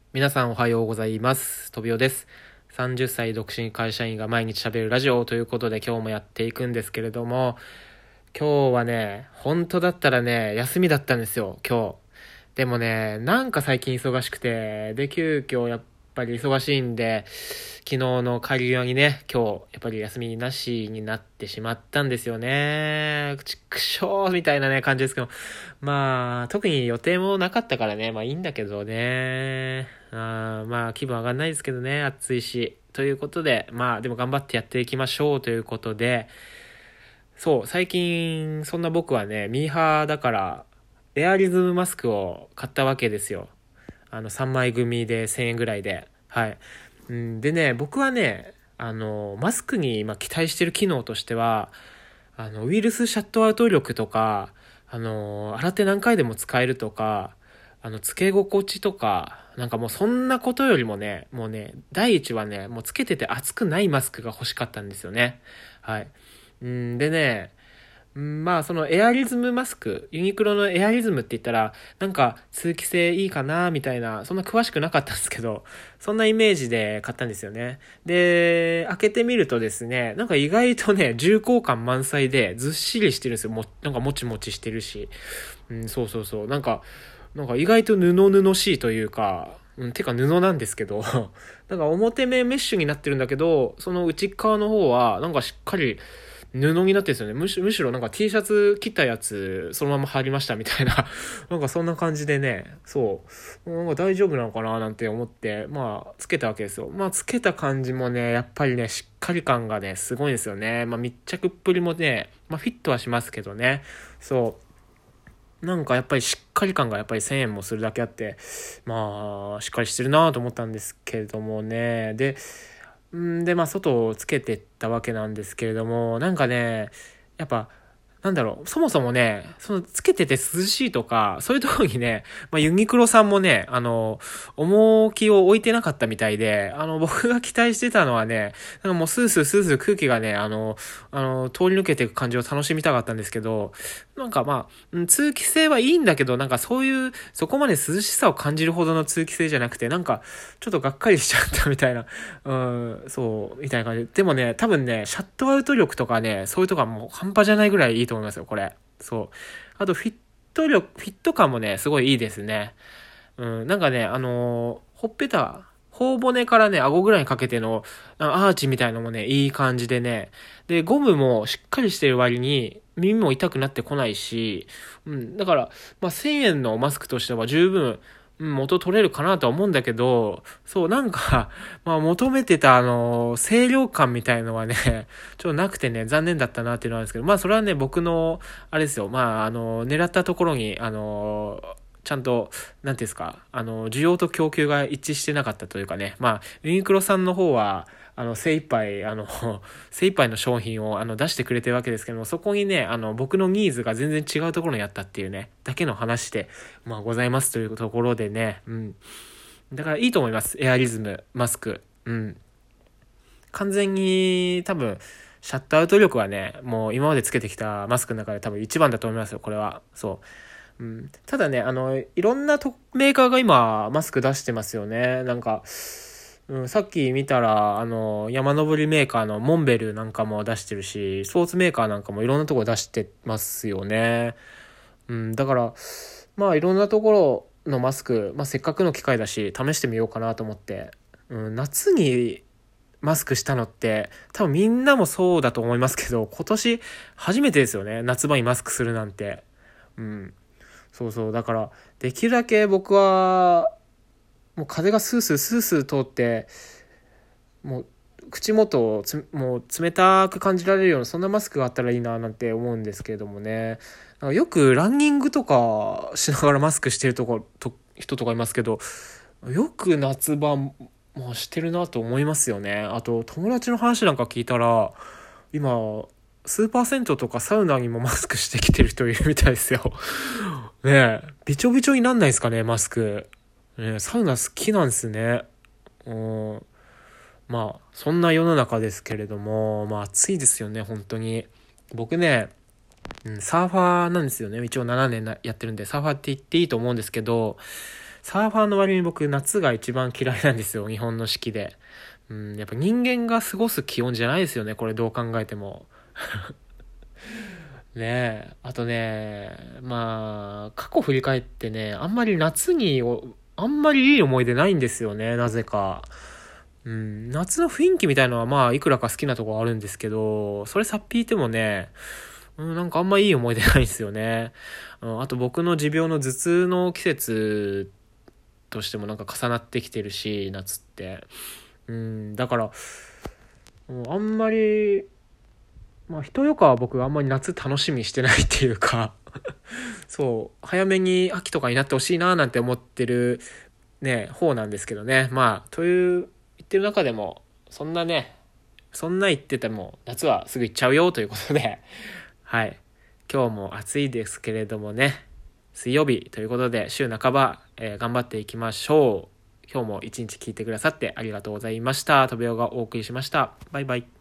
皆さんおはようございます。とびおです。30歳独身会社員が毎日喋るラジオということで今日もやっていくんですけれども、今日はね、本当だったらね、休みだったんですよ、今日。でもね、なんか最近忙しくて、で、急遽やっぱり忙しいんで、昨日の帰り際にね、今日、やっぱり休みなしになってしまったんですよね。ちくしょうみたいなね、感じですけど。まあ、特に予定もなかったからね、まあいいんだけどね。まあ気分上がんないですけどね、暑いし。ということで、まあでも頑張ってやっていきましょうということで、そう、最近、そんな僕はね、ミーハーだから、エアリズムマスクを買ったわけですよ。3枚組で1000円ぐらいで。はい。でね、僕はね、マスクに今期待してる機能としては、ウイルスシャットアウト力とか、洗って何回でも使えるとか、つけ心地とか、なんかもうそんなことよりもね、もうね、第一はね、もうつけてて熱くないマスクが欲しかったんですよね。はい。でね、まあそのエアリズムマスク、ユニクロのエアリズムって言ったら、なんか通気性いいかなみたいな、そんな詳しくなかったんですけど、そんなイメージで買ったんですよね。で、開けてみるとですね、なんか意外とね、重厚感満載でずっしりしてるんですよ。なんかもちもちしてるし。そうそうそう。なんか意外と布しいというか、てか布なんですけど、なんか表面メッシュになってるんだけど、その内側の方は、なんかしっかり布になってるんですよね。むしろなんか T シャツ切ったやつ、そのまま貼りましたみたいな、なんかそんな感じでね、そう、なんか大丈夫なのかななんて思って、まあ、つけたわけですよ。まあ、つけた感じもね、やっぱりね、しっかり感がね、すごいんですよね。まあ、密着っぷりもね、まあ、フィットはしますけどね、そう。なんかやっぱりしっかり感がやっぱり1000円もするだけあって、まあ、しっかりしてるなと思ったんですけれどもね。で、まあ、外をつけてったわけなんですけれども、なんかね、やっぱ、なんだろう、そもそもね、その、つけてて涼しいとか、そういうところにね、まあ、ユニクロさんもね、重きを置いてなかったみたいで、僕が期待してたのはね、なんかもうスースースースー空気がね、通り抜けていく感じを楽しみたかったんですけど、なんかまあ、通気性はいいんだけど、なんかそういう、そこまで涼しさを感じるほどの通気性じゃなくて、なんか、ちょっとがっかりしちゃったみたいな、そう、みたいな感じで。でもね、多分ね、シャットアウト力とかね、そういうとこはもう半端じゃないぐらいいいと思いますよ、これ。そう。あと、フィット感もね、すごいいいですね。なんかね、ほっぺた、頬骨からね、顎ぐらいにかけてのアーチみたいのもね、いい感じでね。で、ゴムもしっかりしてる割に耳も痛くなってこないし、だから、まあ、1000円のマスクとしては十分、元取れるかなとは思うんだけど、そう、なんか、まあ求めてた清涼感みたいのはね、ちょっとなくてね、残念だったなっていうのはあるんですけど、まあそれはね、僕の、あれですよ、まあ狙ったところに、ちゃんと、なんていうんですか、需要と供給が一致してなかったというかね、まあ、ユニクロさんの方は、精一杯、精一杯の商品を、出してくれてるわけですけども、そこにね、僕のニーズが全然違うところにあったっていうね、だけの話で、まあ、ございますというところでね、だからいいと思います。エアリズム、マスク。完全に、多分、シャットアウト力はね、もう今までつけてきたマスクの中で多分一番だと思いますよ、これは。そう。ただね、いろんなメーカーが今、マスク出してますよね。なんか、さっき見たら、山登りメーカーのモンベルなんかも出してるし、スポーツメーカーなんかもいろんなところ出してますよね。だから、まあいろんなところのマスク、まあせっかくの機会だし、試してみようかなと思って、夏にマスクしたのって、多分みんなもそうだと思いますけど、今年初めてですよね。夏場にマスクするなんて。そうそう。だから、できるだけ僕は、もう風がスースースースー通って、もう口元をもう冷たく感じられるようなそんなマスクがあったらいいななんて思うんですけれどもね。なんかよくランニングとかしながらマスクしてる人とかいますけど、よく夏場もしてるなと思いますよね。あと友達の話なんか聞いたら、今、スーパー銭湯とかサウナにもマスクしてきてる人いるみたいですよ。ねえ、びちょびちょになんないですかね、マスク。ねえ、サウナ好きなんですね。うん。まあ、そんな世の中ですけれども、まあ暑いですよね、本当に。僕ね、サーファーなんですよね。一応7年やってるんで、サーファーって言っていいと思うんですけど、 サーファーの割に僕夏が一番嫌いなんですよ、日本の四季で。やっぱ人間が過ごす気温じゃないですよね、これどう考えても。ねえ、あとね、まあ、過去振り返ってね、あんまり夏にあんまりいい思い出ないんですよね、なぜか。夏の雰囲気みたいのはまあ、いくらか好きなところあるんですけど、それさっぴいてもね、なんかあんまいい思い出ないんですよね。あと僕の持病の頭痛の季節としてもなんか重なってきてるし、夏って。だから、あんまり、まあ人よかは僕あんまり夏楽しみしてないっていうかそう、早めに秋とかになってほしいななんて思ってるね、方なんですけどね。まあ、という言ってる中でも、そんな言ってても夏はすぐ行っちゃうよということで、はい。今日も暑いですけれどもね、水曜日ということで週半ば、頑張っていきましょう。今日も一日聞いてくださってありがとうございました。とびおがお送りしました。バイバイ。